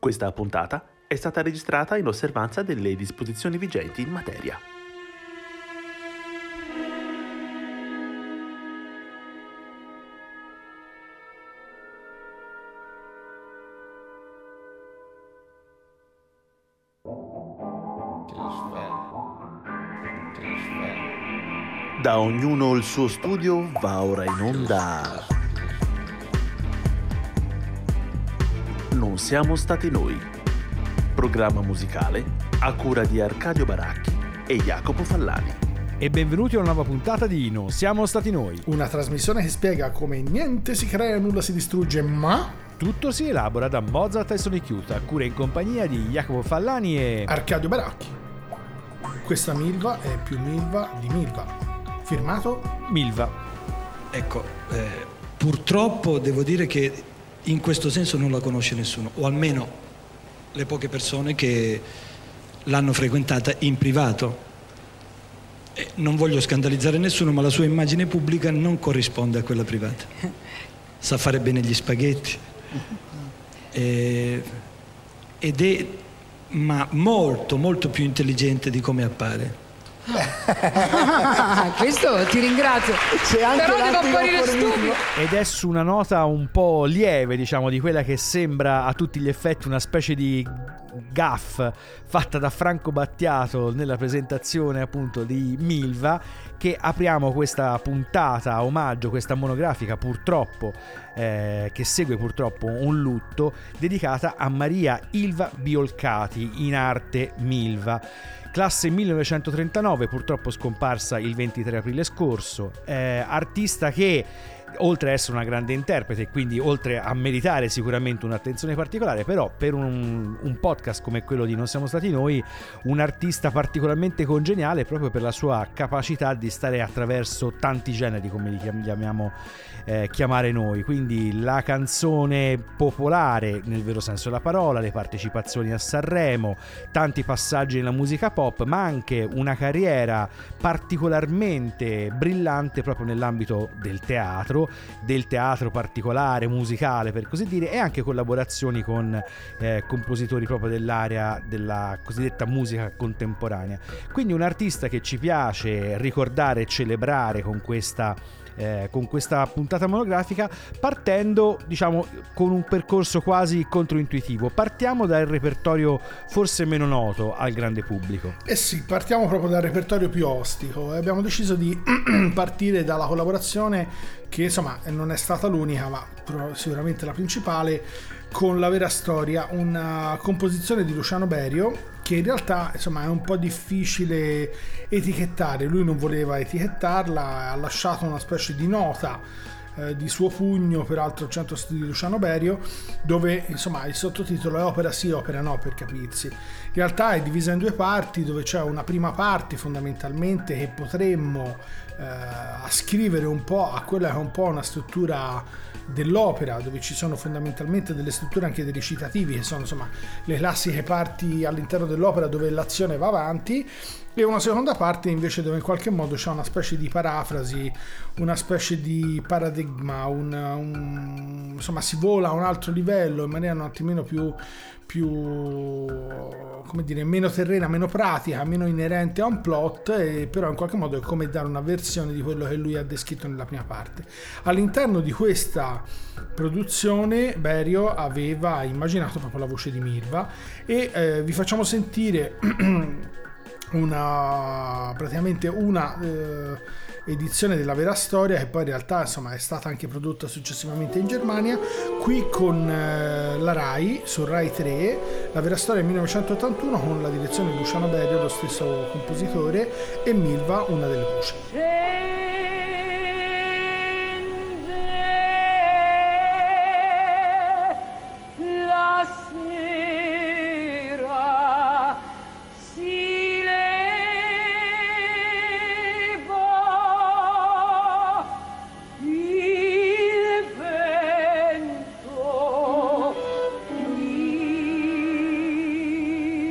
Questa puntata è stata registrata in osservanza delle disposizioni vigenti in materia. Da ognuno il suo studio va ora in onda. Non siamo stati noi. Programma musicale a cura di Arcadio Baracchi e Jacopo Fallani. E benvenuti a una nuova puntata di Non siamo stati noi. Una trasmissione che spiega come niente si crea, nulla si distrugge, ma tutto si elabora da Mozart e Sonic Youth, a cura in compagnia di Jacopo Fallani e Arcadio Baracchi. Questa Milva è più Milva di Milva. Firmato Milva. Ecco, purtroppo devo dire che in questo senso non la conosce nessuno, o almeno le poche persone che l'hanno frequentata in privato. Non voglio scandalizzare nessuno, ma la sua immagine pubblica non corrisponde a quella privata. Sa fare bene gli spaghetti ed è molto molto più intelligente di come appare. Questo ti ringrazio. C'è anche però devo apparire stupido. Ed è su una nota un po' lieve, diciamo, di quella che sembra a tutti gli effetti una specie di gaff fatta da Franco Battiato nella presentazione appunto di Milva, che apriamo questa puntata a omaggio, questa monografica purtroppo che segue purtroppo un lutto, dedicata a Maria Ilva Biolcati, in arte Milva. Classe 1939, purtroppo scomparsa il 23 aprile scorso, artista che, oltre a essere una grande interprete e quindi oltre a meritare sicuramente un'attenzione particolare, però per un podcast come quello di Non siamo stati noi, un artista particolarmente congeniale proprio per la sua capacità di stare attraverso tanti generi, come li chiamiamo chiamare noi, quindi la canzone popolare nel vero senso della parola, le partecipazioni a Sanremo, tanti passaggi nella musica pop, ma anche una carriera particolarmente brillante proprio nell'ambito del teatro particolare, musicale per così dire, e anche collaborazioni con compositori proprio dell'area della cosiddetta musica contemporanea. Quindi un artista che ci piace ricordare e celebrare con questa puntata monografica, partendo, diciamo, con un percorso quasi controintuitivo. Partiamo dal repertorio forse meno noto al grande pubblico. Sì, partiamo proprio dal repertorio più ostico. Abbiamo deciso di partire dalla collaborazione che insomma non è stata l'unica, ma sicuramente la principale, con La vera storia, una composizione di Luciano Berio che in realtà insomma è un po' difficile etichettare. Lui non voleva etichettarla, ha lasciato una specie di nota di suo pugno, peraltro al Centro Studi di Luciano Berio, dove insomma il sottotitolo è opera sì, opera no, per capirsi. In realtà è divisa in due parti, dove c'è una prima parte fondamentalmente che potremmo ascrivere un po' a quella che è un po' una struttura dell'opera, dove ci sono fondamentalmente delle strutture anche dei recitativi, che sono insomma le classiche parti all'interno dell'opera dove l'azione va avanti, e una seconda parte invece dove in qualche modo c'è una specie di parafrasi, una specie di paradigma, insomma si vola a un altro livello in maniera un attimino più come dire, meno terrena, meno pratica, meno inerente a un plot, e però in qualche modo è come dare una versione di quello che lui ha descritto nella prima parte. All'interno di questa produzione Berio aveva immaginato proprio la voce di Milva, e vi facciamo sentire una edizione della vera storia, che poi in realtà insomma è stata anche prodotta successivamente in Germania, qui con la Rai, su Rai 3, La vera storia 1981, con la direzione di Luciano Berio, lo stesso compositore, e Milva una delle voci.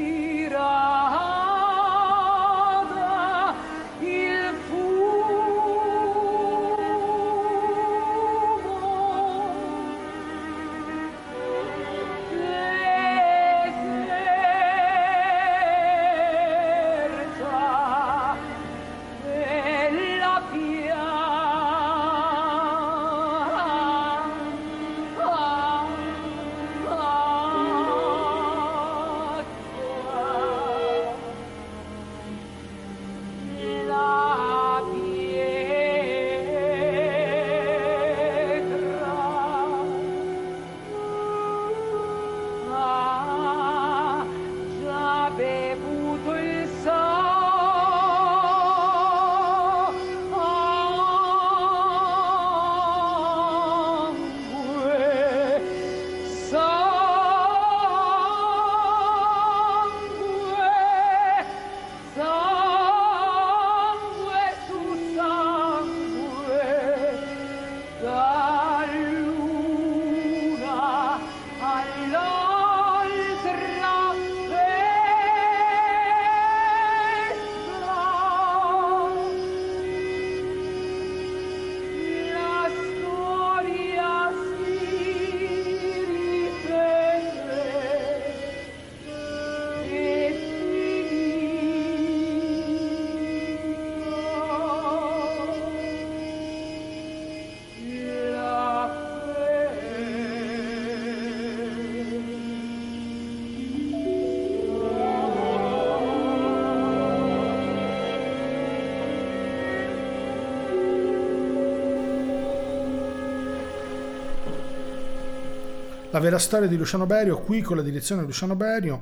Il La vera storia di Luciano Berio, qui con la direzione di Luciano Berio,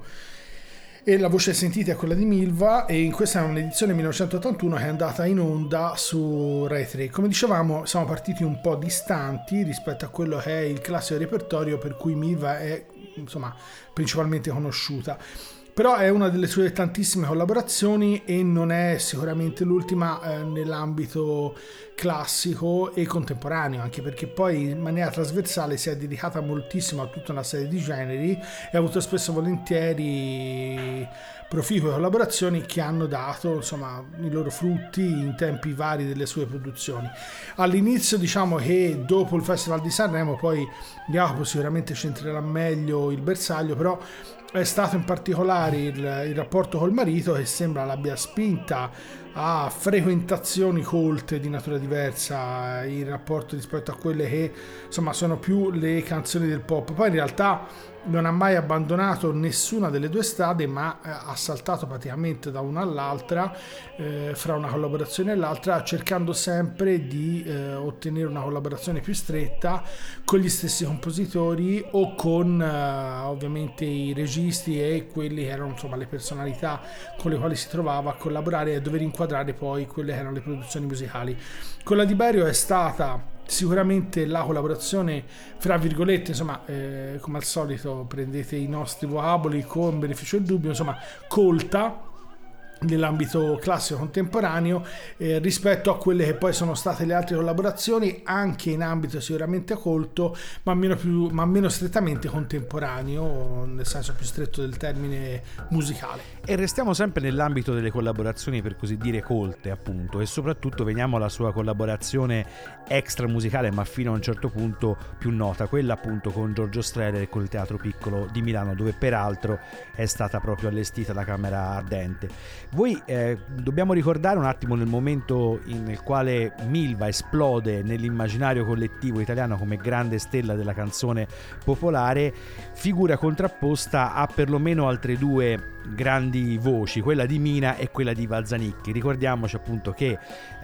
e la voce sentita è quella di Milva, e in questa è un'edizione 1981 che è andata in onda su Rai 3. Come dicevamo, siamo partiti un po' distanti rispetto a quello che è il classico repertorio per cui Milva è, insomma, principalmente conosciuta. Però è una delle sue tantissime collaborazioni e non è sicuramente l'ultima nell'ambito classico e contemporaneo, anche perché poi in maniera trasversale si è dedicata moltissimo a tutta una serie di generi e ha avuto spesso e volentieri proficue collaborazioni che hanno dato, insomma, i loro frutti in tempi vari delle sue produzioni. All'inizio, diciamo che dopo il Festival di Sanremo, poi Jacopo sicuramente centrerà meglio il bersaglio, però è stato in particolare il rapporto col marito che sembra l'abbia spinta a frequentazioni colte di natura diversa in rapporto rispetto a quelle che, insomma, sono più le canzoni del pop. Poi in realtà non ha mai abbandonato nessuna delle due strade, ma ha saltato praticamente da una all'altra, fra una collaborazione e l'altra, cercando sempre di ottenere una collaborazione più stretta con gli stessi compositori o con ovviamente i registi e quelli che erano, insomma, le personalità con le quali si trovava a collaborare e a dover inquadrare poi quelle che erano le produzioni musicali. Con la Di Berio è stata sicuramente la collaborazione, fra virgolette, insomma, come al solito prendete i nostri vocaboli con beneficio del dubbio, insomma, colta nell'ambito classico contemporaneo rispetto a quelle che poi sono state le altre collaborazioni, anche in ambito sicuramente colto, ma meno strettamente contemporaneo, nel senso più stretto del termine musicale. E restiamo sempre nell'ambito delle collaborazioni, per così dire, colte, appunto, e soprattutto veniamo alla sua collaborazione extra musicale, ma fino a un certo punto più nota, quella appunto con Giorgio Strehler e con il Teatro Piccolo di Milano, dove peraltro è stata proprio allestita la Camera Ardente. Voi dobbiamo ricordare un attimo nel momento nel quale Milva esplode nell'immaginario collettivo italiano come grande stella della canzone popolare, figura contrapposta a perlomeno altre due grandi voci, quella di Mina e quella di Iva Zanicchi. Ricordiamoci appunto che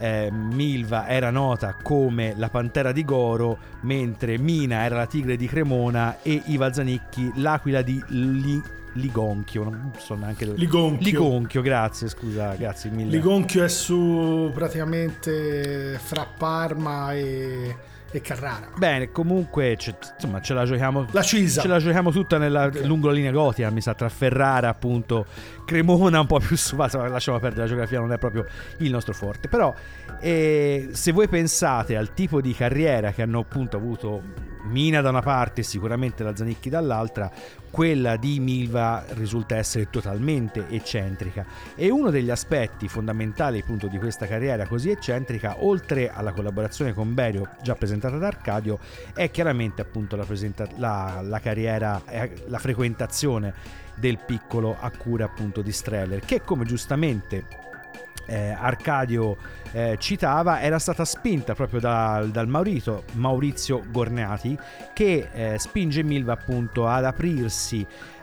Milva era nota come la Pantera di Goro, mentre Mina era la Tigre di Cremona e Iva Zanicchi l'aquila di Ligonchio, non so neanche Ligonchio, grazie mille. Ligonchio è su praticamente fra Parma e Carrara. Bene, comunque insomma ce la giochiamo, la Cisa. Ce la giochiamo tutta lungo la linea gotica, mi sa, tra Ferrara, appunto, Cremona, un po' più su, lasciamo perdere, la geografia non è proprio il nostro forte. Però se voi pensate al tipo di carriera che hanno appunto avuto Mina da una parte e sicuramente la Zanicchi dall'altra, quella di Milva risulta essere totalmente eccentrica, e uno degli aspetti fondamentali appunto di questa carriera così eccentrica, oltre alla collaborazione con Berio già presentata da Arcadio, è chiaramente appunto la carriera, la frequentazione del Piccolo a cura appunto di Strehler, che, come giustamente Arcadio citava, era stata spinta proprio dal Maurizio Gornati, che spinge Milva appunto ad aprirsi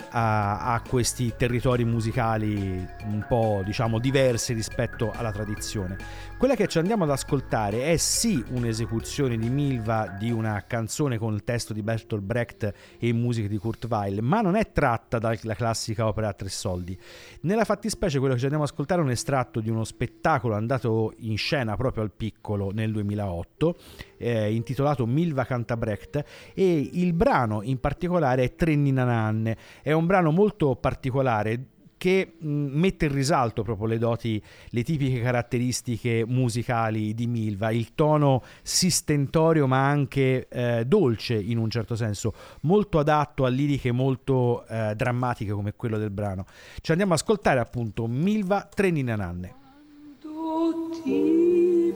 a questi territori musicali un po', diciamo, diversi rispetto alla tradizione. Quella che ci andiamo ad ascoltare è sì un'esecuzione di Milva di una canzone con il testo di Bertolt Brecht e musiche di Kurt Weill, ma non è tratta dalla classica opera a tre soldi. Nella fattispecie quello che ci andiamo ad ascoltare è un estratto di uno spettacolo andato in scena proprio al Piccolo nel 2008, intitolato Milva canta Brecht, e il brano in particolare è Tre Ninna Nanne. È un brano molto particolare che mette in risalto proprio le doti, le tipiche caratteristiche musicali di Milva, il tono sistentorio ma anche dolce in un certo senso, molto adatto a liriche molto drammatiche come quello del brano. Ci andiamo ad ascoltare appunto Milva Tre Ninna Nanne. Quando ti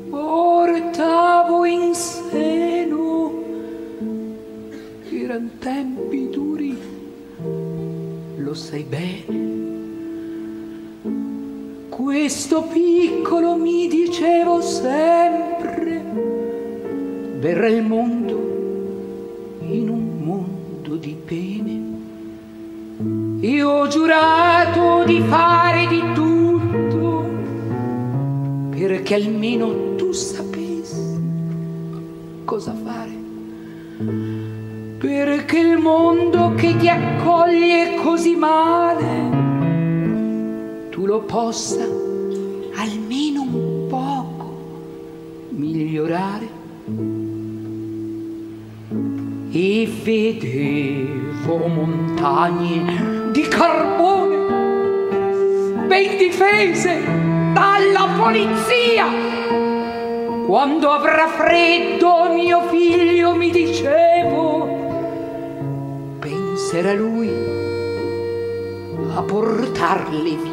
portavo in seno eran tempi duri, lo sai bene. Questo piccolo mi dicevo sempre, verrà il mondo in un mondo di pene. Io ho giurato di fare di tutto perché almeno tu sapessi cosa fare, perché che il mondo che ti accoglie così male tu lo possa almeno un poco migliorare. E vedevo montagne di carbone ben difese dalla polizia. Quando avrà freddo mio figlio, mi dicevo, penserà lui a portarle via.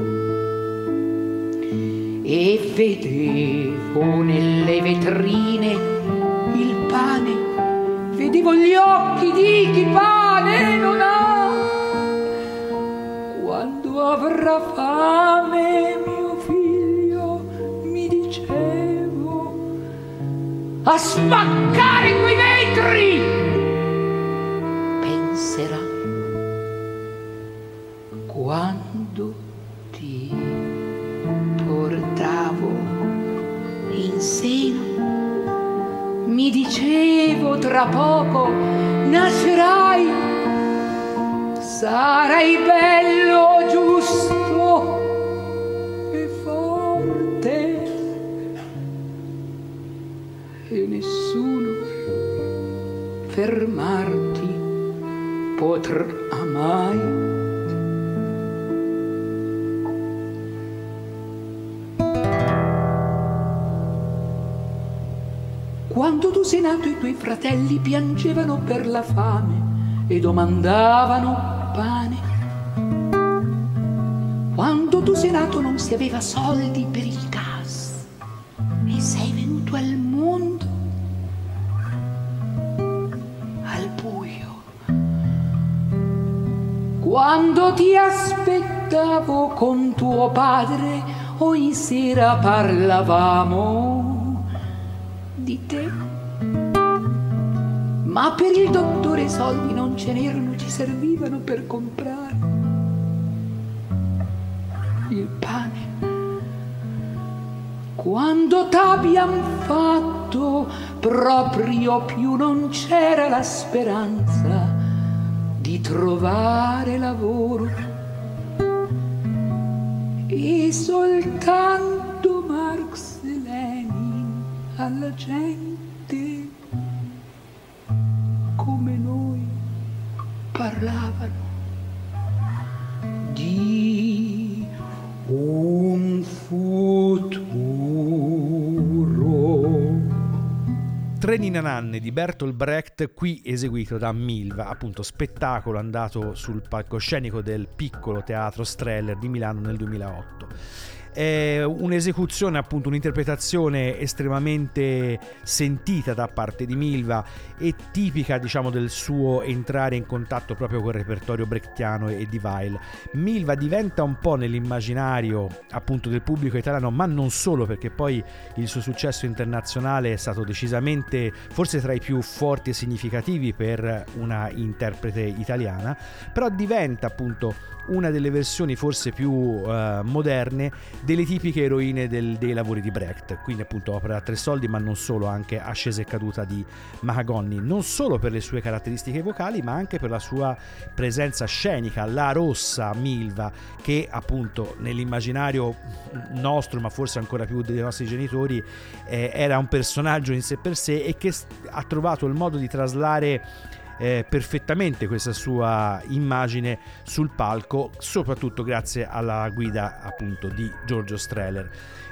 E vedevo nelle vetrine il pane, vedevo gli occhi di chi pane non ha. Quando avrà fame mio figlio, mi dicevo, a spaccare quei vetri. Penserà quando ti portavo in seno, mi dicevo, tra poco nascerai, sarai bello, giusto e forte, e nessuno fermarti potrà mai. Quando tu sei nato i tuoi fratelli piangevano per la fame e domandavano pane. Quando tu sei nato non si aveva soldi per il gas e sei venuto al mondo al buio. Quando ti aspettavo con tuo padre ogni sera parlavamo di te, ma per il dottore i soldi non ce n'erano, ci servivano per comprare il pane. Quando t'abbiam fatto proprio più non c'era la speranza di trovare lavoro e soltanto Marx e Lenin alla gente come noi parlavano di un futuro. Tre Ninanne di Bertolt Brecht, qui eseguito da Milva, appunto spettacolo andato sul palcoscenico del piccolo teatro Streller di Milano nel 2008. È un'esecuzione, appunto un'interpretazione estremamente sentita da parte di Milva e tipica, diciamo, del suo entrare in contatto proprio col repertorio brechtiano e di Weill. Milva diventa un po' nell'immaginario appunto del pubblico italiano, ma non solo, perché poi il suo successo internazionale è stato decisamente forse tra i più forti e significativi per una interprete italiana, però diventa appunto una delle versioni forse più moderne delle tipiche eroine dei lavori di Brecht, quindi appunto opera a tre soldi, ma non solo, anche Ascesa e caduta di Mahagoni, non solo per le sue caratteristiche vocali ma anche per la sua presenza scenica, la rossa Milva, che appunto nell'immaginario nostro, ma forse ancora più dei nostri genitori, era un personaggio in sé per sé e che ha trovato il modo di traslare perfettamente questa sua immagine sul palco, soprattutto grazie alla guida appunto di Giorgio Strehler.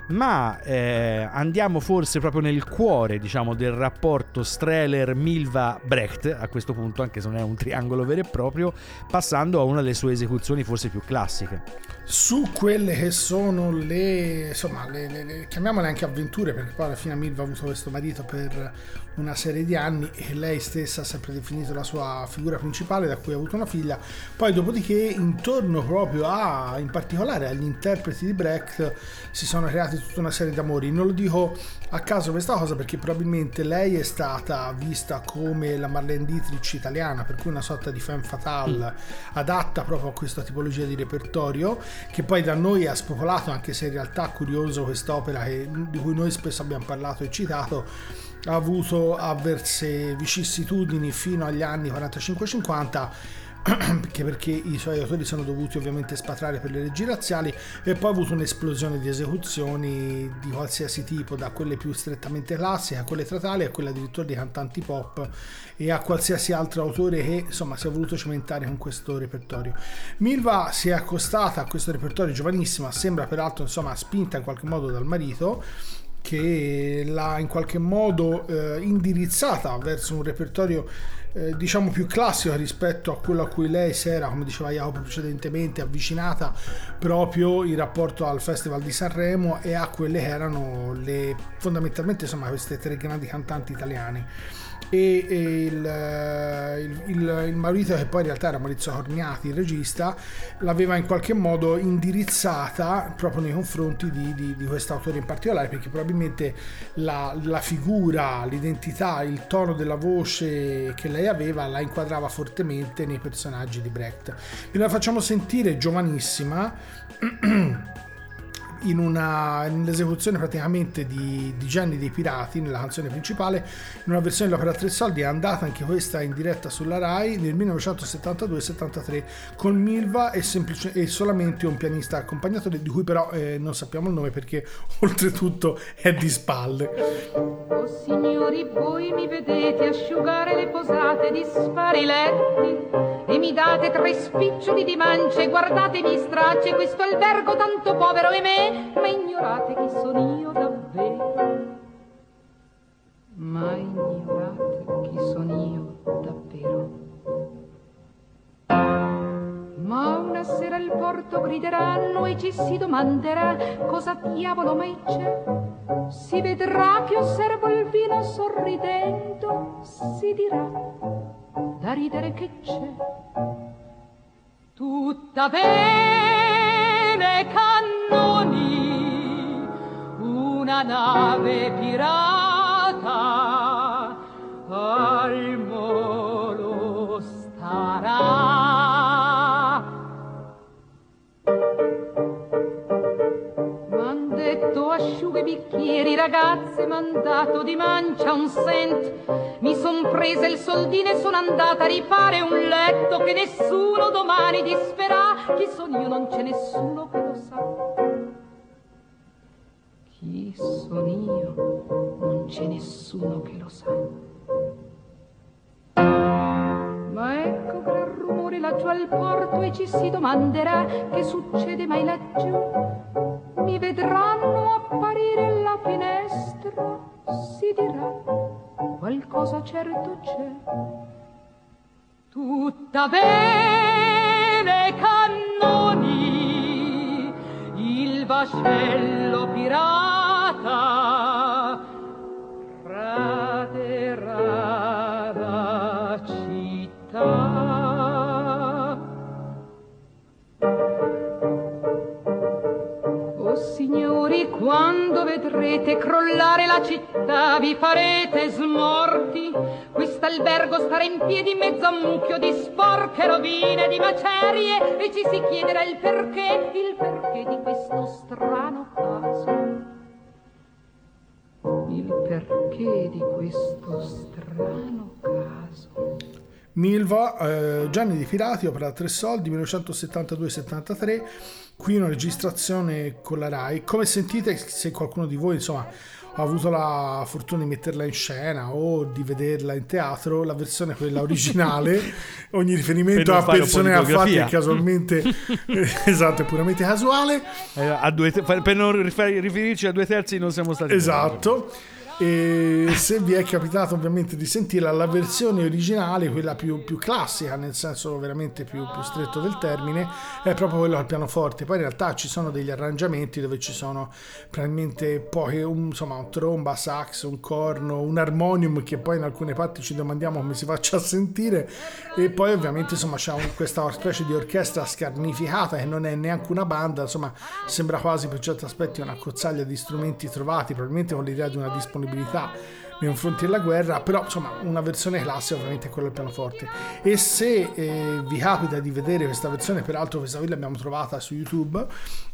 Ma andiamo forse proprio nel cuore, diciamo, del rapporto Strehler-Milva-Brecht a questo punto, anche se non è un triangolo vero e proprio, passando a una delle sue esecuzioni forse più classiche. Su quelle che sono le chiamiamole anche avventure, perché poi alla fine Milva ha avuto questo marito per una serie di anni e lei stessa ha sempre definito la sua figura principale, da cui ha avuto una figlia. Poi dopodiché intorno proprio in particolare agli interpreti di Brecht si sono creati tutta una serie di amori. Non lo dico a caso questa cosa, perché probabilmente lei è stata vista come la Marlene Dietrich italiana, per cui una sorta di femme fatale adatta proprio a questa tipologia di repertorio, che poi da noi ha spopolato, anche se in realtà, curioso, quest'opera di cui noi spesso abbiamo parlato e citato, ha avuto avverse vicissitudini fino agli anni 45-50, perché i suoi autori sono dovuti ovviamente espatrare per le leggi razziali, e poi ha avuto un'esplosione di esecuzioni di qualsiasi tipo, da quelle più strettamente classiche a quelle teatrali, a quelle addirittura di cantanti pop e a qualsiasi altro autore che insomma si è voluto cimentare con questo repertorio. Milva si è accostata a questo repertorio giovanissima, sembra peraltro insomma spinta in qualche modo dal marito, che l'ha in qualche modo indirizzata verso un repertorio diciamo più classico rispetto a quello a cui lei si era, come diceva Jacopo precedentemente, avvicinata proprio in rapporto al Festival di Sanremo e a quelle che erano fondamentalmente insomma queste tre grandi cantanti italiane. E il marito, che poi in realtà era Maurizio Corniati, il regista, l'aveva in qualche modo indirizzata proprio nei confronti di quest'autore in particolare, perché probabilmente la figura, l'identità, il tono della voce che lei aveva la inquadrava fortemente nei personaggi di Brecht. Ve la facciamo sentire giovanissima nell'esecuzione praticamente di Gianni dei Pirati, nella canzone principale, in una versione dell'opera a tre soldi, è andata anche questa in diretta sulla Rai nel 1972-73 con Milva e solamente un pianista accompagnatore di cui però non sappiamo il nome perché oltretutto è di spalle. Oh signori, voi mi vedete asciugare le posate di spari letti e mi date 3 spiccioli di mance, guardate mi stracce questo albergo tanto povero e me, ma ignorate chi sono io davvero. Ma ignorate chi sono io davvero. Ma una sera il porto grideranno e ci si domanderà cosa diavolo mai c'è. Si vedrà che osservo il vino sorridendo, si dirà da ridere che c'è. Tutta bene cannoni, una nave pirata al molo starà. M'han detto asciughe i bicchieri, ragazze, m'han dato di mancia un cent. Mi son presa il soldino e sono andata a rifare un letto che nessuno domani disferà. Chi sono io non c'è nessuno che lo sa. Chi sono io non c'è nessuno che lo sa. Ma ecco gran rumore laggiù al porto e ci si domanderà che succede mai laggiù. Mi vedranno apparire alla finestra, si dirà qualcosa certo c'è. Tutta bene cannoni, il vascello pirata raderà la città. Oh signori, quando vedrete crollare la città vi farete smorti. Quest'albergo starà in piedi in mezzo a un mucchio di sporche rovine, di macerie, e ci si chiederà il perché di questo strano caso. Il perché di questo strano caso. Milva, Gianni dei Pirati, opera a tre soldi, 1972-73, qui una registrazione con la Rai. Come sentite, se qualcuno di voi insomma ha avuto la fortuna di metterla in scena o di vederla in teatro, la versione quella originale, ogni riferimento a persone affatte casualmente esatto, è puramente casuale, per non riferirci a 2/3 non siamo stati esatto. E se vi è capitato ovviamente di sentirla, la versione originale, quella più classica nel senso veramente più stretto del termine, è proprio quello al pianoforte. Poi in realtà ci sono degli arrangiamenti dove ci sono probabilmente poche un tromba, sax, un corno, un armonium che poi in alcune parti ci domandiamo come si faccia a sentire, e poi ovviamente insomma c'è questa specie di orchestra scarnificata che non è neanche una banda, insomma sembra quasi per certi aspetti una cozzaglia di strumenti trovati probabilmente con l'idea di una disponibilità nei confronti della guerra, però insomma una versione classica ovviamente è quella del pianoforte. E se vi capita di vedere questa versione, peraltro questa qui l'abbiamo trovata su YouTube,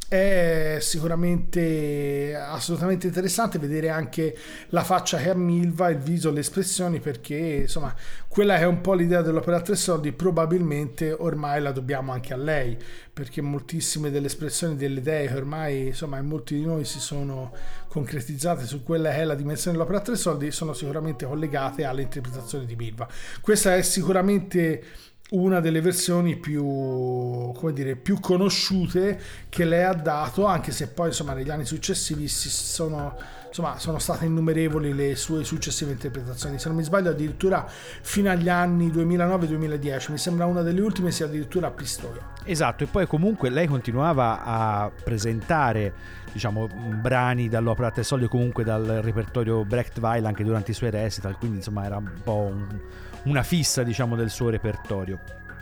è sicuramente assolutamente interessante vedere anche la faccia che ha Milva, il viso, le espressioni, perché insomma quella che è un po' l'idea dell'opera a tre soldi probabilmente ormai la dobbiamo anche a lei, perché moltissime delle espressioni, delle idee che ormai insomma in molti di noi si sono concretizzate su quella che è la dimensione dell'opera a tre soldi sono sicuramente collegate alle interpretazioni di Milva. Questa è sicuramente una delle versioni più, come dire, più conosciute che lei ha dato, anche se poi insomma negli anni successivi sono state innumerevoli le sue successive interpretazioni. Se non mi sbaglio addirittura fino agli anni 2009-2010, mi sembra una delle ultime sia addirittura a Pistoia. Esatto, e poi comunque lei continuava a presentare, diciamo, brani dall'opera a tre soldi o comunque dal repertorio Brecht-Weill anche durante i suoi recital, quindi insomma era un po' una fissa, diciamo, del suo repertorio.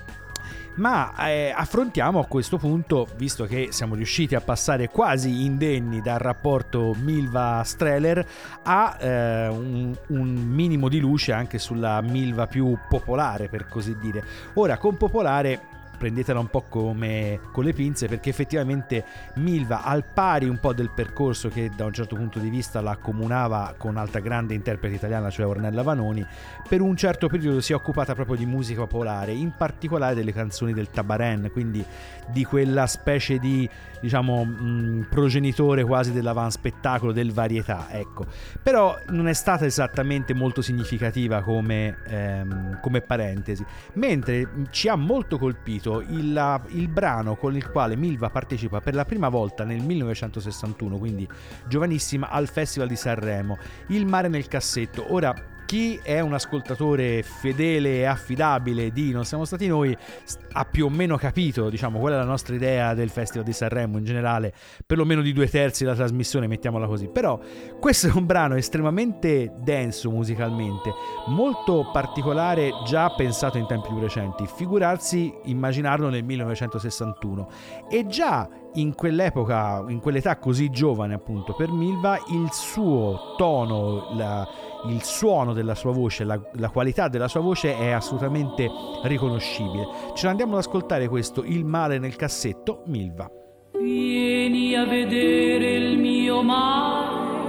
Ma affrontiamo a questo punto, visto che siamo riusciti a passare quasi indenni dal rapporto Milva-Streller, a un minimo di luce anche sulla Milva più popolare, per così dire. Ora, con popolare prendetela un po' come con le pinze, perché effettivamente Milva, al pari un po' del percorso che da un certo punto di vista la accomunava con altra grande interprete italiana, cioè Ornella Vanoni, per un certo periodo si è occupata proprio di musica popolare, in particolare delle canzoni del Tabarén, quindi di quella specie di, diciamo, progenitore quasi dell'avanspettacolo, del varietà, ecco. Però non è stata esattamente molto significativa come parentesi, mentre ci ha molto colpito il brano con il quale Milva partecipa per la prima volta nel 1961, quindi giovanissima, al Festival di Sanremo, Il mare nel cassetto. Ora, chi è un ascoltatore fedele e affidabile di Non siamo stati noi ha più o meno capito, diciamo, qual è la nostra idea del Festival di Sanremo in generale, perlomeno di 2/3 della trasmissione, mettiamola così. Però questo è un brano estremamente denso musicalmente, molto particolare, già pensato in tempi più recenti, figurarsi immaginarlo nel 1961. E già in quell'epoca, in quell'età così giovane appunto per Milva, il suo tono, il suono della sua voce, la qualità della sua voce è assolutamente riconoscibile. Ce l'andiamo ad ascoltare questo Il mare nel cassetto, Milva. Vieni a vedere il mio mare,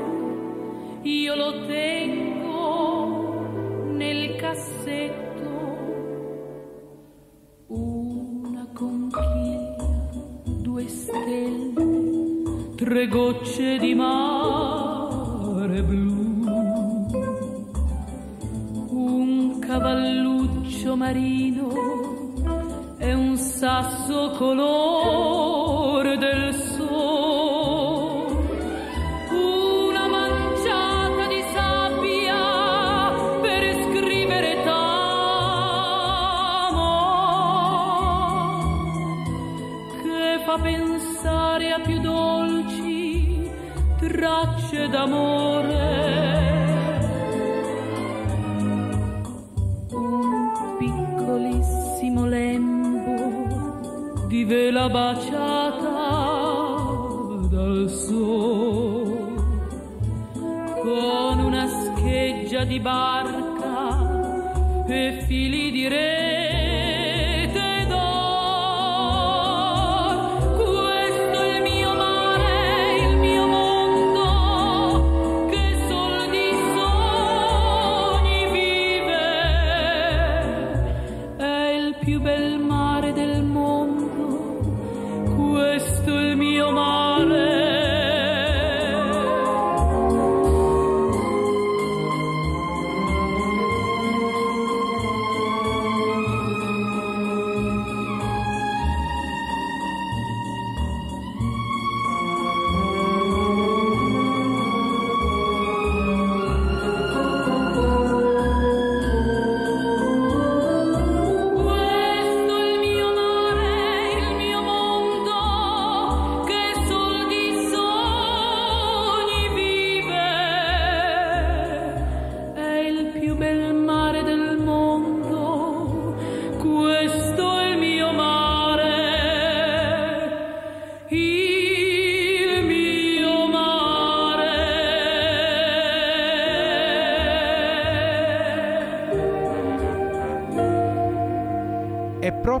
io lo tengo nel cassetto, una conchiglia, 2 stelle, 3 gocce di mare blu, un cavalluccio marino e un sasso colore del sole, una manciata di sabbia per scrivere t'amo, che fa pensare a più dolci tracce d'amore. Lembo di vela baciata dal sole, con una scheggia di barca e fili di rete d'oro. Questo è il mio mare, il mio mondo, che sol di sogni vive, è il più bel mare del mondo, questo è il mio mare.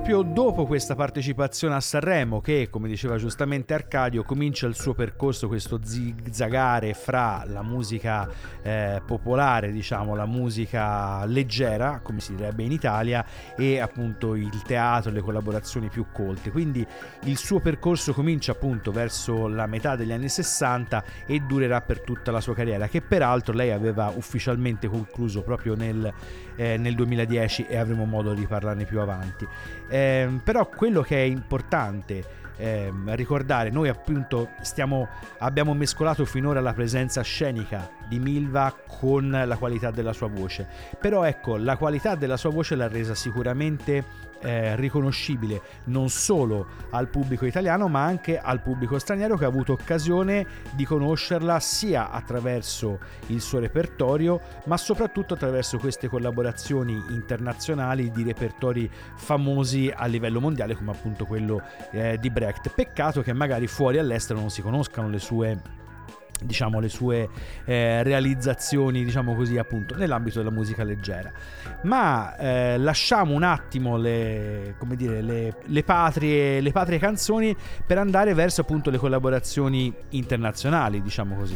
proprio dopo questa partecipazione a Sanremo che, come diceva giustamente Arcadio, comincia il suo percorso, questo zigzagare fra la musica popolare, diciamo la musica leggera, come si direbbe in Italia, e appunto il teatro, le collaborazioni più colte. Quindi il suo percorso comincia appunto verso la metà degli anni 60 e durerà per tutta la sua carriera, che peraltro lei aveva ufficialmente concluso proprio nel 2010, e avremo modo di parlarne più avanti. Però quello che è importante ricordare, noi appunto abbiamo mescolato finora la presenza scenica di Milva con la qualità della sua voce, però ecco, la qualità della sua voce l'ha resa sicuramente riconoscibile non solo al pubblico italiano ma anche al pubblico straniero, che ha avuto occasione di conoscerla sia attraverso il suo repertorio ma soprattutto attraverso queste collaborazioni internazionali di repertori famosi a livello mondiale, come appunto quello di Brecht. Peccato che magari fuori all'estero non si conoscano le sue realizzazioni, diciamo così, appunto nell'ambito della musica leggera. Ma lasciamo un attimo le patrie canzoni per andare verso appunto le collaborazioni internazionali, diciamo così.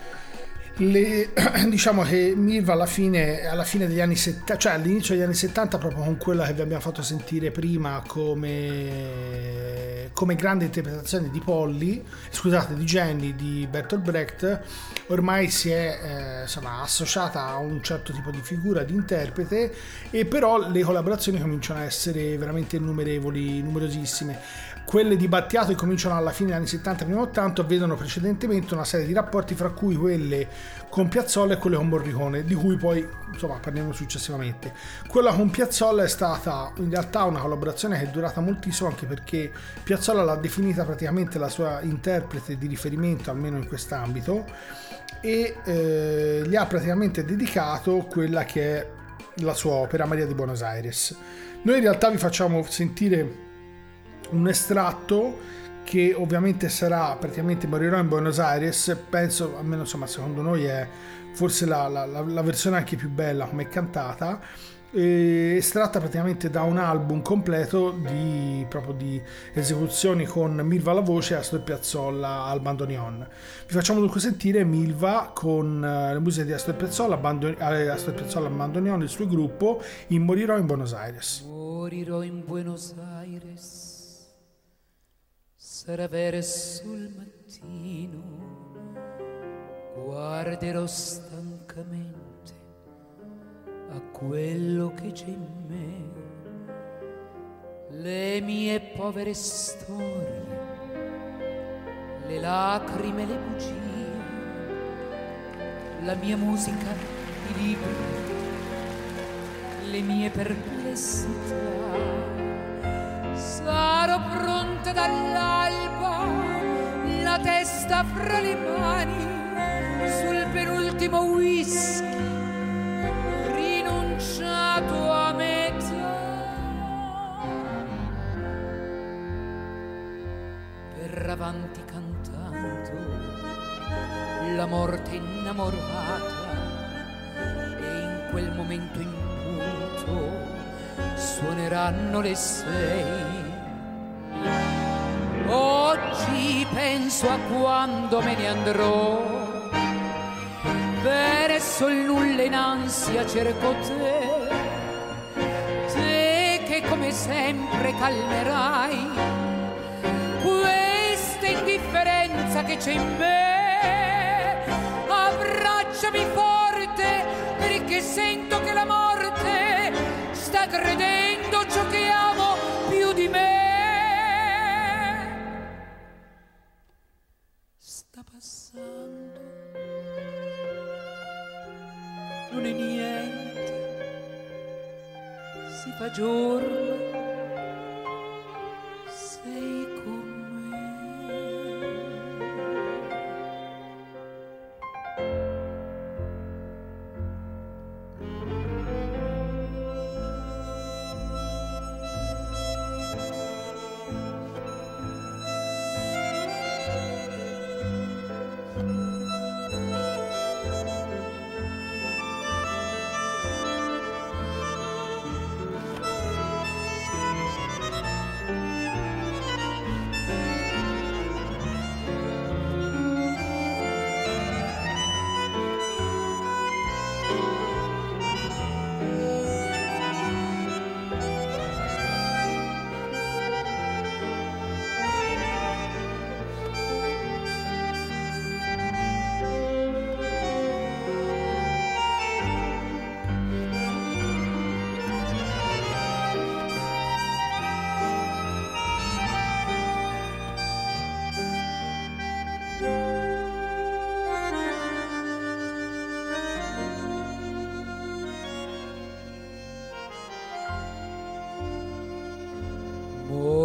Diciamo che Milva alla fine degli anni 70, cioè all'inizio degli anni 70, proprio con quella che vi abbiamo fatto sentire prima come grande interpretazione di di Jenny di Bertolt Brecht, ormai si è associata a un certo tipo di figura di interprete, e però le collaborazioni cominciano a essere veramente numerosissime. Quelle di Battiato, che cominciano alla fine degli anni 70 prima 80, vedono precedentemente una serie di rapporti, fra cui quelle con Piazzolla e quelle con Morricone, di cui poi parleremo successivamente. Quella con Piazzolla è stata in realtà una collaborazione che è durata moltissimo, anche perché Piazzolla l'ha definita praticamente la sua interprete di riferimento, almeno in quest'ambito, e gli ha praticamente dedicato quella che è la sua opera Maria di Buenos Aires. Noi in realtà vi facciamo sentire un estratto che ovviamente sarà praticamente Morirò in Buenos Aires, penso, almeno secondo noi è forse la versione anche più bella come è cantata, estratta praticamente da un album completo di esecuzioni con Milva alla voce e Astor Piazzolla al bandoneon. Vi facciamo dunque sentire Milva con le musiche di Astor Piazzolla al bandoneon, il suo gruppo, in Morirò in Buenos Aires. Morirò in Buenos Aires, sarà verso il mattino, guarderò stancamente a quello che c'è in me, le mie povere storie, le lacrime e le bugie, la mia musica, i libri, le mie perplessità. Sarò pronta dall'alba, la testa fra le mani, sul penultimo whisky, rinunciato a metà, per avanti cantando la morte innamorata, e in quel momento in punto suoneranno le 6. Oggi penso a quando me ne andrò, verso il nulla in ansia cerco te che come sempre calmerai questa indifferenza che c'è in me. Abbracciami forte, perché sento che la morte sta credendo ciò che amo più di me. Sta passando, non è niente, si fa giorno, sei con me.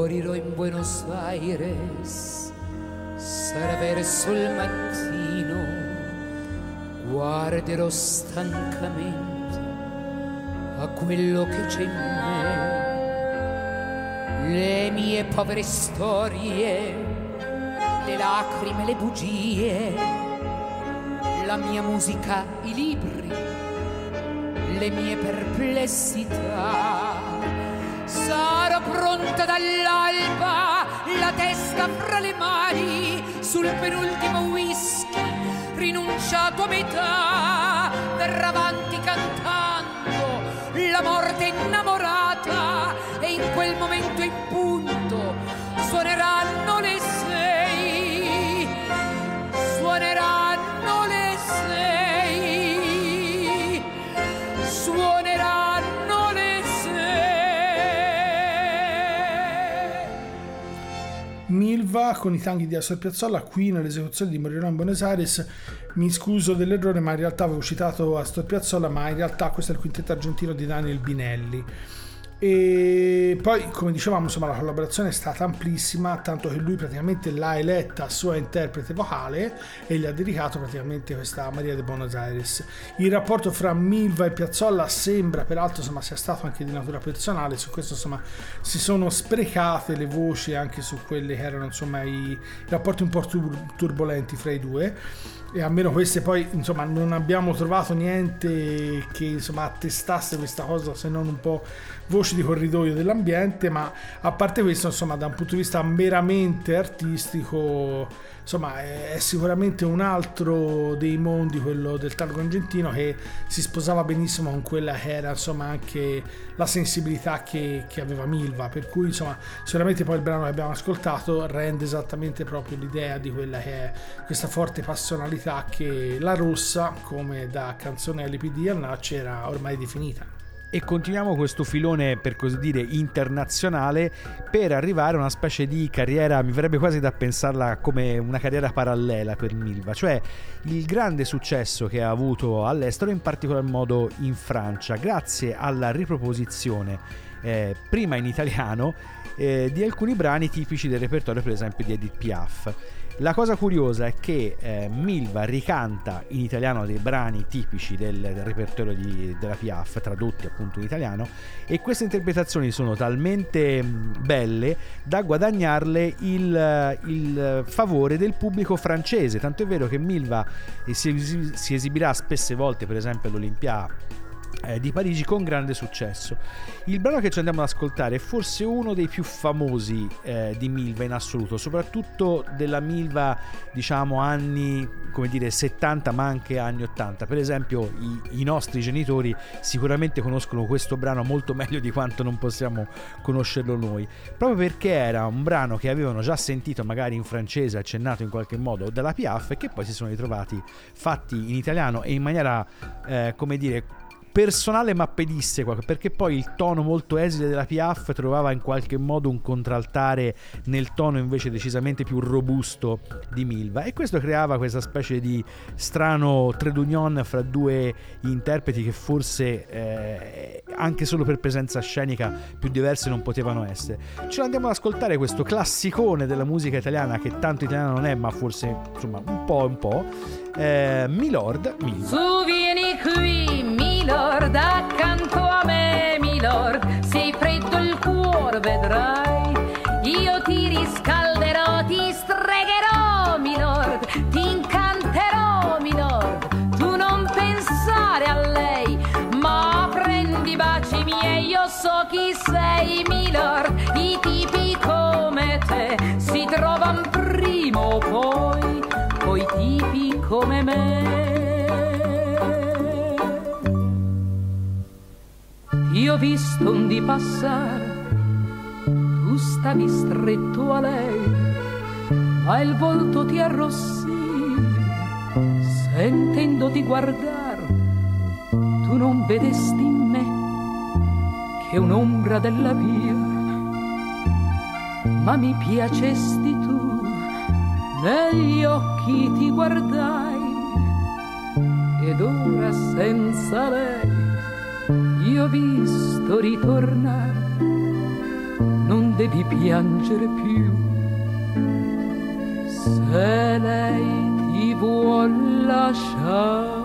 morirò in Buenos Aires, sarà verso il mattino, guarderò stancamente a quello che c'è in me, le mie povere storie, le lacrime, le bugie, la mia musica, i libri, le mie perplessità. Sarò pronta dall'alba, la testa fra le mani, sul penultimo whisky, rinunciato a metà, verrà avanti cantando la morte innamorata, e in quel momento in punto suoneranno le 6, suoneranno le 6, suoneranno le 6. Milva con i tanghi di Astor Piazzolla qui nell'esecuzione di Morirò in Buenos Aires. Mi scuso dell'errore, ma in realtà avevo citato Astor Piazzolla, ma in realtà questo è il quintetto argentino di Daniel Binelli. E poi, come dicevamo, insomma, la collaborazione è stata amplissima, tanto che lui praticamente l'ha eletta sua interprete vocale e gli ha dedicato praticamente questa Maria de Buenos Aires. Il rapporto fra Milva e Piazzolla sembra peraltro, insomma, sia stato anche di natura personale. Su questo, insomma, si sono sprecate le voci anche su quelli che erano, insomma, i rapporti un po' turbolenti fra i due, e almeno queste poi, insomma, non abbiamo trovato niente che, insomma, attestasse questa cosa, se non un po' voci di corridoio dell'ambiente. Ma a parte questo, insomma, da un punto di vista meramente artistico, insomma, è sicuramente un altro dei mondi, quello del tango argentino, che si sposava benissimo con quella che era, insomma, anche la sensibilità che aveva Milva, per cui, insomma, sicuramente poi il brano che abbiamo ascoltato rende esattamente proprio l'idea di quella che è questa forte passionalità che La Rossa, come da canzone LPD al NAC, era ormai definita. E continuiamo questo filone, per così dire, internazionale, per arrivare a una specie di carriera, mi verrebbe quasi da pensarla come una carriera parallela per Milva, cioè il grande successo che ha avuto all'estero, in particolar modo in Francia, grazie alla riproposizione, prima in italiano, di alcuni brani tipici del repertorio, per esempio di Edith Piaf. La cosa curiosa è che Milva ricanta in italiano dei brani tipici del repertorio della Piaf, tradotti appunto in italiano, e queste interpretazioni sono talmente belle da guadagnarle il favore del pubblico francese, tanto è vero che Milva si esibirà spesse volte, per esempio all'Olympia di Parigi, con grande successo. Il brano che ci andiamo ad ascoltare è forse uno dei più famosi di Milva in assoluto, soprattutto della Milva, diciamo, anni, come dire, 70, ma anche anni 80. Per esempio i nostri genitori sicuramente conoscono questo brano molto meglio di quanto non possiamo conoscerlo noi, proprio perché era un brano che avevano già sentito magari in francese, accennato in qualche modo dalla Piaf, e che poi si sono ritrovati fatti in italiano e in maniera come dire personale ma pedissequa, perché poi il tono molto esile della Piaf trovava in qualche modo un contraltare nel tono invece decisamente più robusto di Milva, e questo creava questa specie di strano trait d'union fra due interpreti che forse anche solo per presenza scenica più diverse non potevano essere. Ce l'andiamo ad ascoltare, questo classicone della musica italiana, che tanto italiana non è, ma forse, insomma, un po', Milord, Milva. Su, vieni qui, Milord, accanto a me, Milord, sei freddo il cuore, vedrai, io ti riscalderò, ti stregherò, Milord, ti incanterò, Milord, tu non pensare a lei, ma prendi i baci miei, io so chi sei, Milord, i tipi come te si trovano prima o poi, coi tipi come me. Io ho visto un di passare, tu stavi stretto a lei, ma il volto ti arrossì, sentendoti guardare, tu non vedesti in me che un'ombra della via, ma mi piacesti tu, negli occhi ti guardai, ed ora senza lei io ho visto ritornare, non non devi piangere più. Se lei ti vuol lasciare,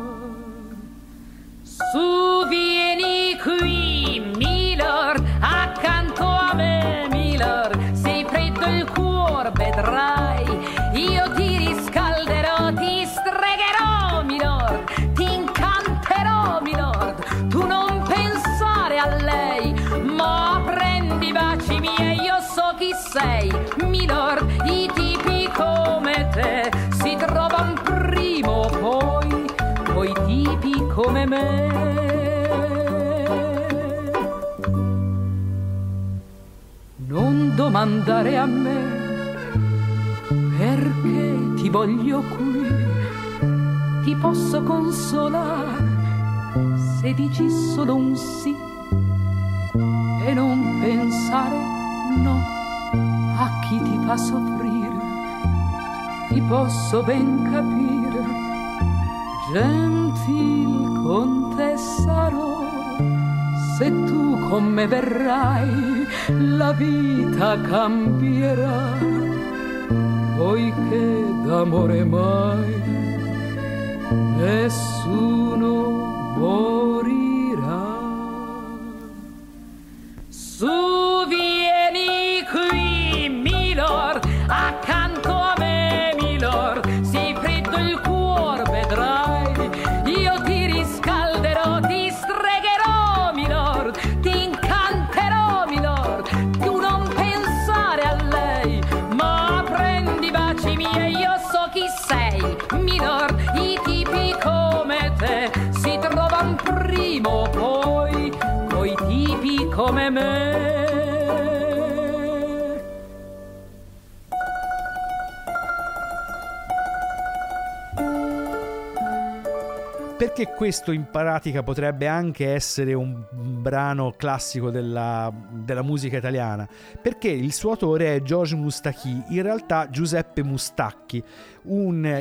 su vieni qui, Milord, accanto a me, Milord. Sei freddo il cuore, vedrai, io ti riscalderò, ti stregherò, Milord, ti incanterò, Milord. Tu non pensare a lei, ma prendi i baci miei, io so chi sei, Milord. I tipi come te si trovano prima o poi tipi come me. Non domandare a me perché ti voglio qui, ti posso consolare se dici solo un sì e non pensare no a chi ti fa soffrire. Ti posso ben capire, gentil contessaro, se tu con me verrai la vita cambierà, poiché d'amore mai nessuno morirà. Su vieni qui, Milord, accanto a me, Milord. Sei freddo il cuore, vedrai, io ti riscalderò, ti stregherò, Milord, ti incanterò, Milord. Tu non pensare a lei, ma prendi i baci miei, io so chi sei, Milord. I tipi come te si trovano prima o poi tipi come me. Perché questo in pratica potrebbe anche essere un brano classico della musica italiana? Perché il suo autore è Georges Moustaki, in realtà Giuseppe Mustacchi, un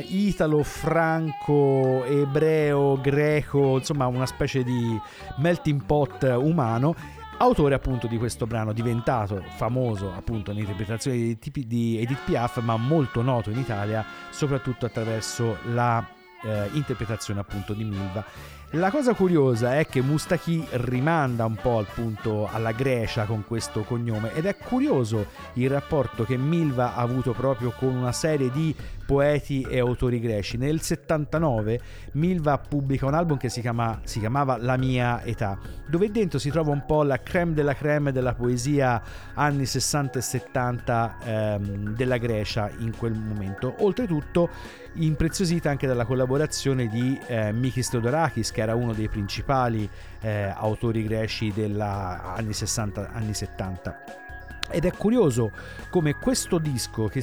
italo-franco, ebreo, insomma una specie di melting pot umano, autore appunto di questo brano, diventato famoso appunto nell'interpretazione di Edith Piaf, ma molto noto in Italia soprattutto attraverso la interpretazione appunto di Milva. La cosa curiosa è che Moustaki rimanda un po' appunto alla Grecia con questo cognome, ed è curioso il rapporto che Milva ha avuto proprio con una serie di poeti e autori greci. Nel 79 Milva pubblica un album che si chiamava La mia età, dove dentro si trova un po' la crème della poesia anni 60 e 70 della Grecia in quel momento, oltretutto impreziosita anche dalla collaborazione di Mikis Theodorakis, che era uno dei principali autori greci della anni 60 anni 70. Ed è curioso come questo disco che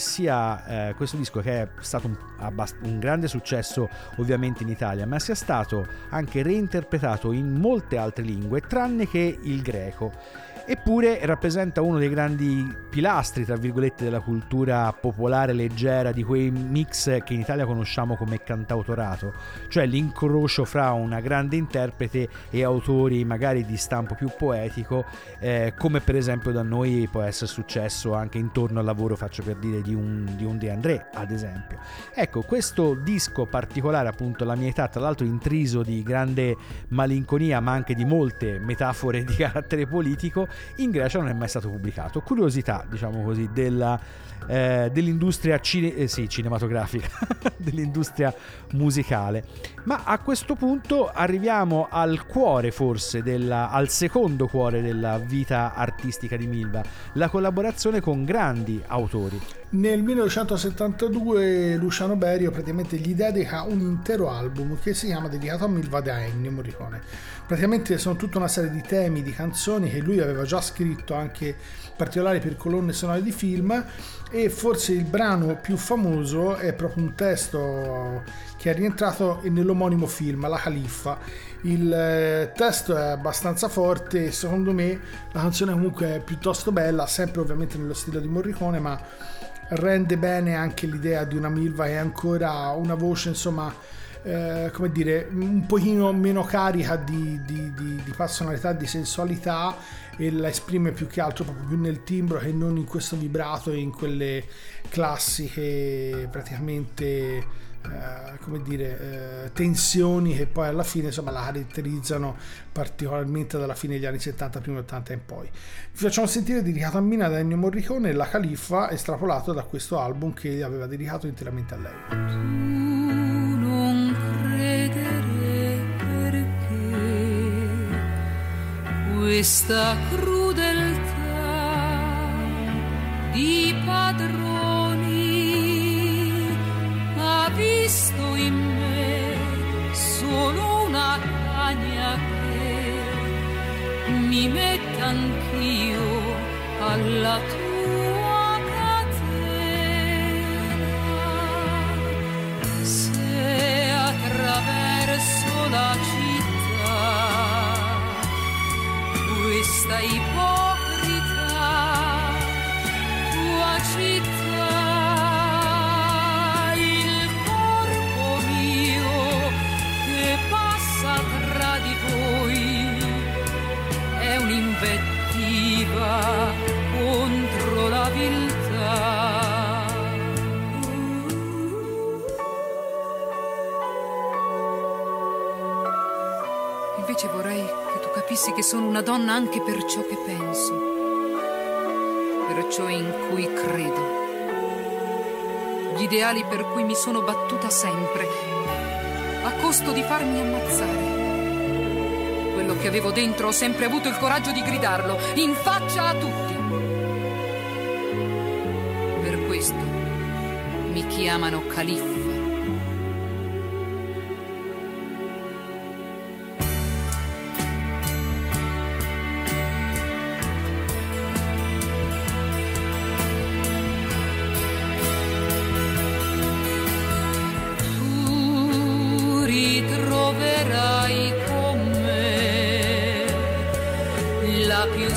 è stato un grande successo ovviamente in Italia, ma sia stato anche reinterpretato in molte altre lingue tranne che il greco. Eppure rappresenta uno dei grandi pilastri, tra virgolette, della cultura popolare leggera, di quei mix che in Italia conosciamo come cantautorato, cioè l'incrocio fra una grande interprete e autori magari di stampo più poetico, come per esempio da noi può essere successo anche intorno al lavoro, faccio per dire, di un De André, ad esempio. Ecco, questo disco particolare, appunto La mia età, tra l'altro intriso di grande malinconia ma anche di molte metafore di carattere politico, in Grecia non è mai stato pubblicato. Curiosità, diciamo così, dell'industria cinematografica, dell'industria musicale. Ma a questo punto arriviamo al cuore, forse, al secondo cuore della vita artistica di Milva, la collaborazione con grandi autori. Nel 1972 Luciano Berio praticamente gli dedica un intero album che si chiama Dedicato a Milva da Ennio Morricone. Praticamente sono tutta una serie di temi, di canzoni che lui aveva già scritto anche in particolare per colonne sonore di film, e forse il brano più famoso è proprio un testo che è rientrato nell'omonimo film, La Califfa. Il testo è abbastanza forte e secondo me la canzone comunque è piuttosto bella, sempre ovviamente nello stile di Morricone, ma rende bene anche l'idea di una Milva che è ancora una voce, insomma, come dire, un pochino meno carica di passionalità, di sensualità, e la esprime più che altro proprio più nel timbro che non in questo vibrato e in quelle classiche praticamente come dire, tensioni che poi alla fine insomma la caratterizzano particolarmente dalla fine degli anni 70, primi 80 in poi. Vi facciamo sentire dedicato a Mina da Ennio Morricone, La Califfa, estrapolato da questo album che aveva dedicato interamente a lei. Tu non credere perché questa crudeltà di padroni ha visto in me solo una cagna che mi metta anch'io alla tua catena. Se attraverso la città questa ipocrita tua città, un'invettiva contro la viltà. Invece vorrei che tu capissi che sono una donna anche per ciò che penso, per ciò in cui credo, gli ideali per cui mi sono battuta sempre, a costo di farmi ammazzare. Quello che avevo dentro ho sempre avuto il coraggio di gridarlo in faccia a tutti. Per questo mi chiamano Califfa. Tu ritroverai la più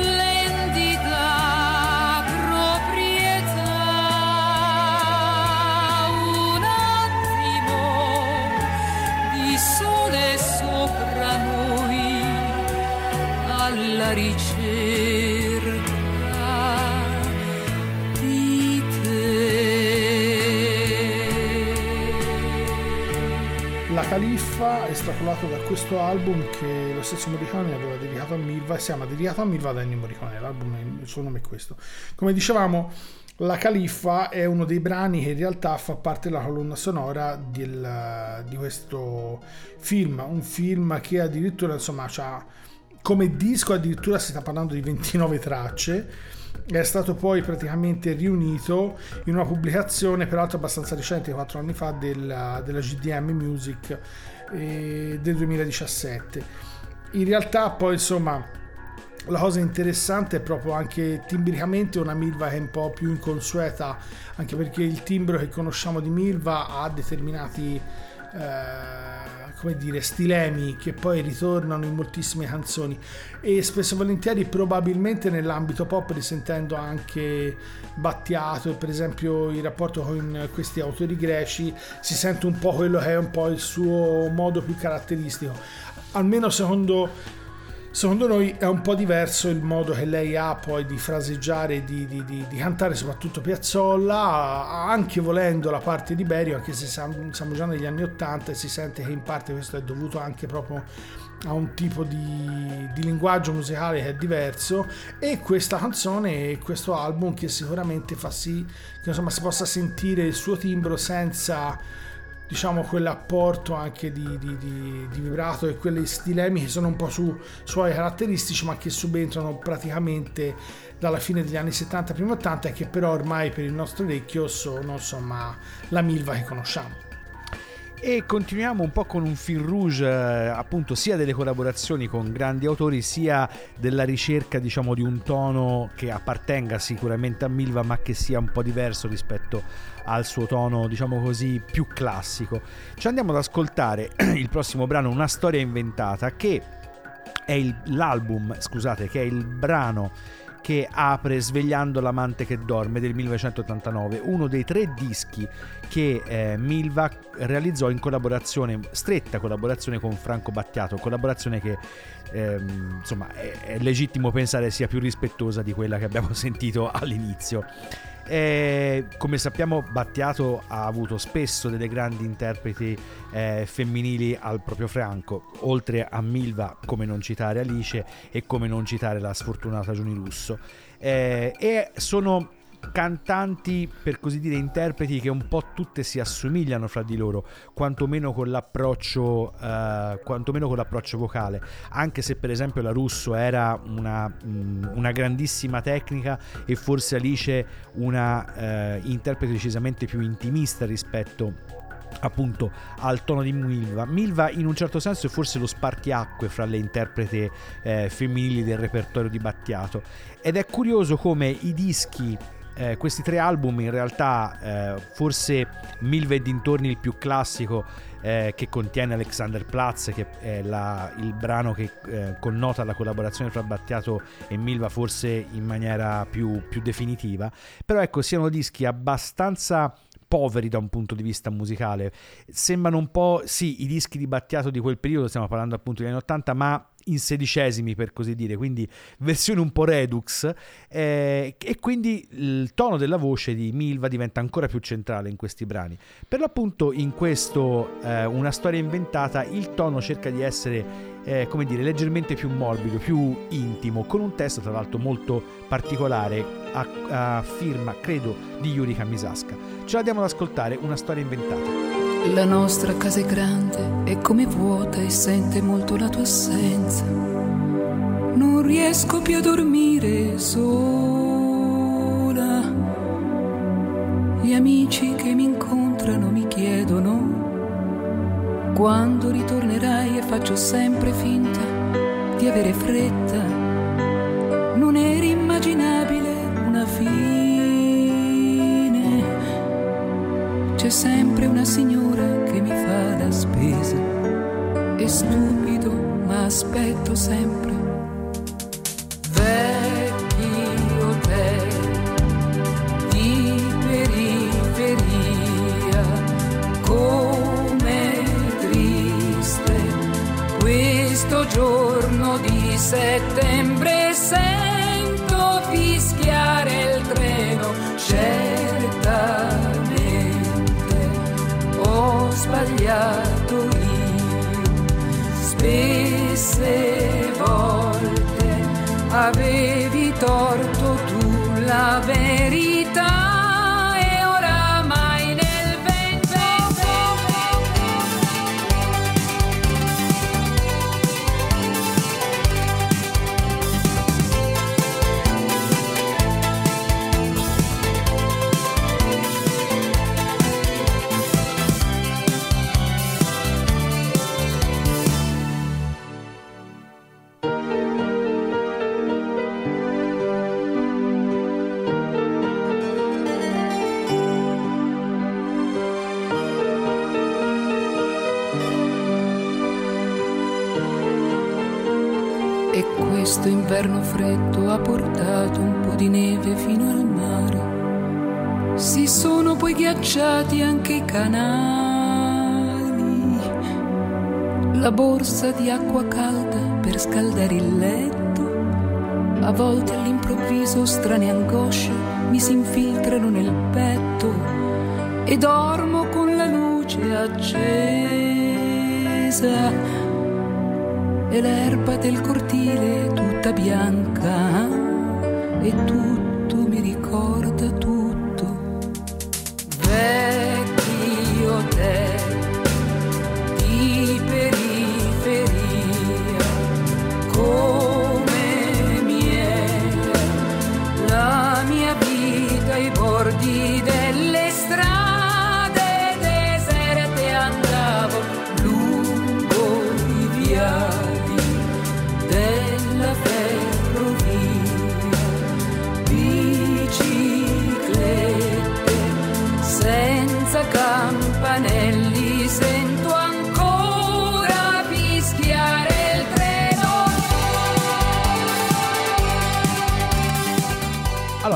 splendida proprietà, un attimo di sole sopra noi alla ricerca di te. La Califfa, estrapolato da questo album che lo stesso Morricone aveva dedicato a Milva, e si chiama Dedicato a Milva da Ennio Morricone. L'album, il suo nome è questo. Come dicevamo, La Califfa è uno dei brani che in realtà fa parte della colonna sonora di questo film, un film che addirittura insomma c'ha come disco, addirittura si sta parlando di 29 tracce. È stato poi praticamente riunito in una pubblicazione peraltro abbastanza recente, 4 anni fa, della GDM Music del 2017. In realtà poi insomma la cosa interessante è proprio anche timbricamente una Milva che è un po' più inconsueta, anche perché il timbro che conosciamo di Milva ha determinati come dire, stilemi che poi ritornano in moltissime canzoni, e spesso e volentieri probabilmente nell'ambito pop, risentendo anche Battiato e per esempio il rapporto con questi autori greci, si sente un po' quello che è un po' il suo modo più caratteristico. Almeno secondo noi è un po' diverso il modo che lei ha poi di fraseggiare, di cantare, soprattutto Piazzolla, anche volendo la parte di Berio, anche se siamo già negli anni 80 e si sente che in parte questo è dovuto anche proprio a un tipo di linguaggio musicale che è diverso, e questa canzone e questo album che sicuramente fa sì che insomma si possa sentire il suo timbro senza, diciamo, quell'apporto anche di vibrato e quelle stilemi che sono un po' suoi caratteristici, ma che subentrano praticamente dalla fine degli anni 70 primi 80 e che però ormai per il nostro orecchio sono insomma la Milva che conosciamo. E continuiamo un po' con un fil rouge appunto sia delle collaborazioni con grandi autori, sia della ricerca, diciamo, di un tono che appartenga sicuramente a Milva ma che sia un po' diverso rispetto al suo tono, diciamo così, più classico. Ci andiamo ad ascoltare il prossimo brano, Una storia inventata, che è il brano che apre Svegliando l'amante che dorme del 1989, uno dei 3 dischi che Milva realizzò in stretta collaborazione con Franco Battiato, collaborazione che insomma è legittimo pensare sia più rispettosa di quella che abbiamo sentito all'inizio. Come sappiamo, Battiato ha avuto spesso delle grandi interpreti femminili al proprio fianco, oltre a Milva, come non citare Alice e come non citare la sfortunata Giuni Russo, e sono cantanti, per così dire, interpreti che un po' tutte si assomigliano fra di loro, quantomeno con l'approccio vocale, anche se per esempio la Russo era una grandissima tecnica e forse Alice una interprete decisamente più intimista rispetto appunto al tono di Milva. Milva in un certo senso è forse lo spartiacque fra le interprete femminili del repertorio di Battiato, ed è curioso come i dischi, questi 3 album, in realtà forse Milva e dintorni il più classico, che contiene Alexanderplatz, che è il brano che connota la collaborazione fra Battiato e Milva forse in maniera più definitiva, però ecco, siano dischi abbastanza poveri da un punto di vista musicale. Sembrano un po', sì, i dischi di Battiato di quel periodo, stiamo parlando appunto degli anni 80, ma in sedicesimi, per così dire, quindi versione un po' redux, e quindi il tono della voce di Milva diventa ancora più centrale in questi brani. Per l'appunto in questo Una storia inventata il tono cerca di essere come dire, leggermente più morbido, più intimo, con un testo tra l'altro molto particolare a firma, credo, di Yuri Kamisaska. Ce la diamo ad ascoltare, Una storia inventata. La nostra casa è grande, è come vuota e sente molto la tua assenza. Non riesco più a dormire sola. Gli amici che mi incontrano mi chiedono quando ritornerai, e faccio sempre finta di avere fretta. Non era immaginabile una fine. C'è sempre una signora che mi fa la spesa. È stupido, ma aspetto sempre. Vecchi hotel di periferia, come triste questo giorno di settembre. Sento fischiare il treno, certamente ho sbagliato io. Spesse volte avevi torto tu, la verità è oramai nel vento. Questo inverno freddo ha portato un po' di neve fino al mare. Si sono poi ghiacciati anche i canali. La borsa di acqua calda per scaldare il letto. A volte all'improvviso strane angosce mi si infiltrano nel petto e dormo con la luce accesa. E l'erba del cortile tutta bianca, e tutto mi ricorda tutto. Vecchi hotel di periferia, come miele, la mia vita ai bordi delle strade deserte. Andavo lungo i viali della ferrovia, biciclette senza campanelli, sento ancora fischiare il treno.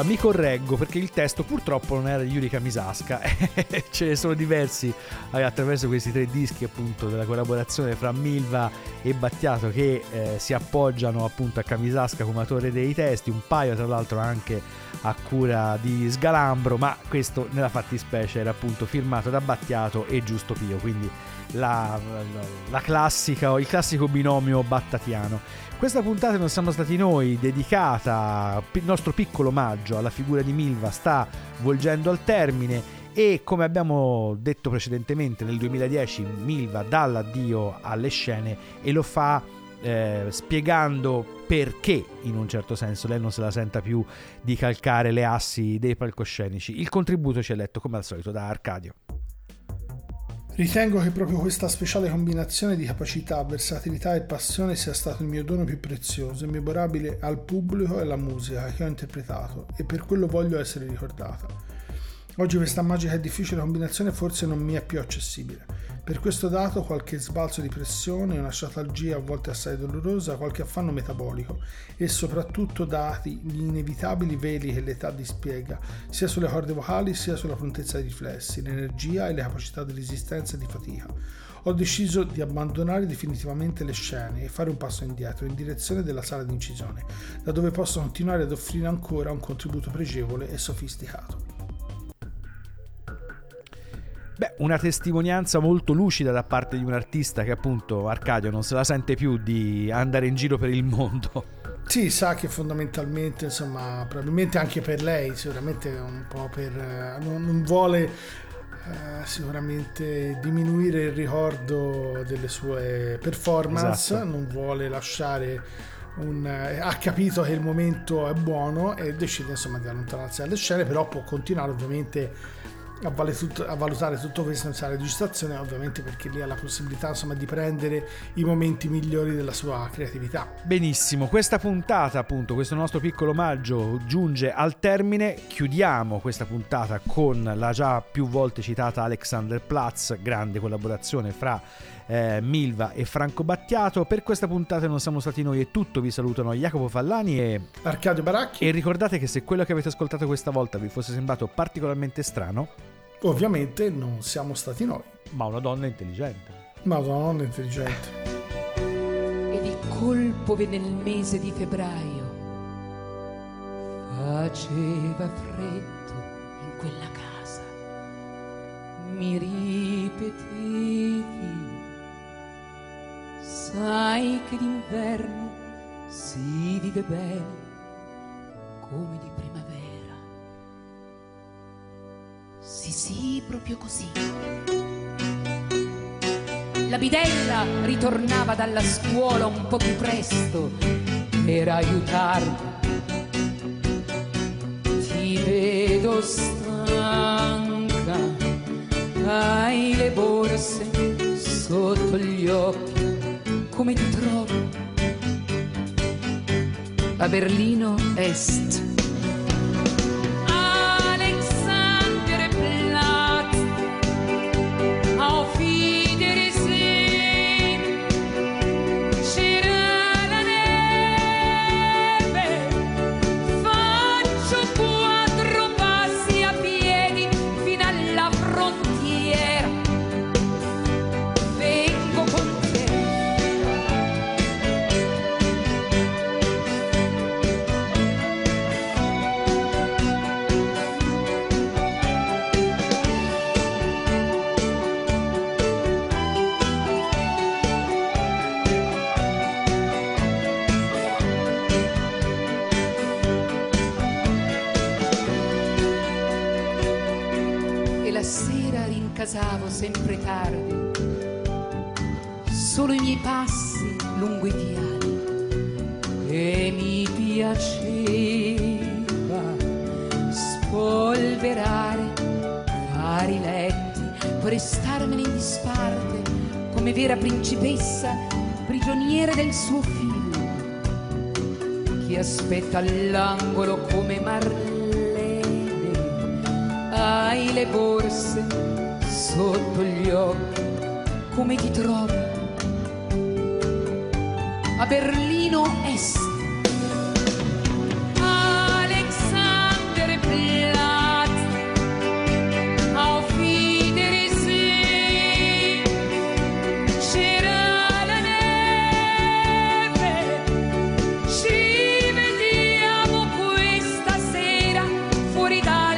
mi correggo perché il testo purtroppo non era di Yuri Kamisashka. Ce ne sono diversi attraverso questi 3 dischi appunto della collaborazione fra Milva e Battiato che si appoggiano appunto a Kamisashka come autore dei testi, un paio tra l'altro anche a cura di Sgalambro, ma questo nella fattispecie era appunto firmato da Battiato e Giusto Pio, quindi la classica, il classico binomio battatiano. Questa puntata Non siamo stati noi, dedicata, il nostro piccolo omaggio alla figura di Milva, sta volgendo al termine e come abbiamo detto precedentemente nel 2010 Milva dà l'addio alle scene e lo fa spiegando perché in un certo senso lei non se la senta più di calcare le assi dei palcoscenici. Il contributo ci è letto come al solito da Arcadio. Ritengo che proprio questa speciale combinazione di capacità, versatilità e passione sia stato il mio dono più prezioso e memorabile al pubblico e alla musica che ho interpretato, e per quello voglio essere ricordata. Oggi questa magica e difficile combinazione forse non mi è più accessibile. Per questo dato qualche sbalzo di pressione, una sciatalgia a volte assai dolorosa, qualche affanno metabolico e soprattutto dati gli inevitabili veli che l'età dispiega, sia sulle corde vocali sia sulla prontezza dei riflessi, l'energia e le capacità di resistenza e di fatica. Ho deciso di abbandonare definitivamente le scene e fare un passo indietro in direzione della sala di incisione, da dove posso continuare ad offrire ancora un contributo pregevole e sofisticato. Beh, una testimonianza molto lucida da parte di un artista che appunto Arcadio non se la sente più di andare in giro per il mondo. Sì, sa che fondamentalmente, insomma, probabilmente anche per lei, sicuramente un po' per... non vuole sicuramente diminuire il ricordo delle sue performance, esatto. Non vuole lasciare ha capito che il momento è buono e decide insomma di allontanarsi dalle scene, però può continuare ovviamente a valutare tutto questo in sala di registrazione, ovviamente perché lì ha la possibilità insomma di prendere i momenti migliori della sua creatività. Benissimo, questa puntata appunto, questo nostro piccolo omaggio giunge al termine. Chiudiamo questa puntata con la già più volte citata Alexanderplatz, grande collaborazione fra Milva e Franco Battiato. Per questa puntata Non siamo stati noi è tutto, vi salutano Jacopo Fallani e Arcadio Baracchi, e ricordate che se quello che avete ascoltato questa volta vi fosse sembrato particolarmente strano, ovviamente non siamo stati noi, ma una donna intelligente. E di colpo nel mese di febbraio faceva freddo in quella casa, mi ripetevi: sai che d'inverno si vive bene come di primavera. Sì, proprio così. La bidella ritornava dalla scuola un po' più presto per aiutarmi. Ti vedo stanca, hai le borse sotto gli occhi, come ti trovo? A Berlino Est. Casavo sempre tardi, solo i miei passi lungo i viali, e mi piaceva spolverare vari letti, vorrei starmene in disparte come vera principessa, prigioniera del suo figlio, che aspetta all'angolo come Marlene. Hai le borse sotto gli occhi, come ti trovo? A Berlino Est. Alexanderplatz, fuori dal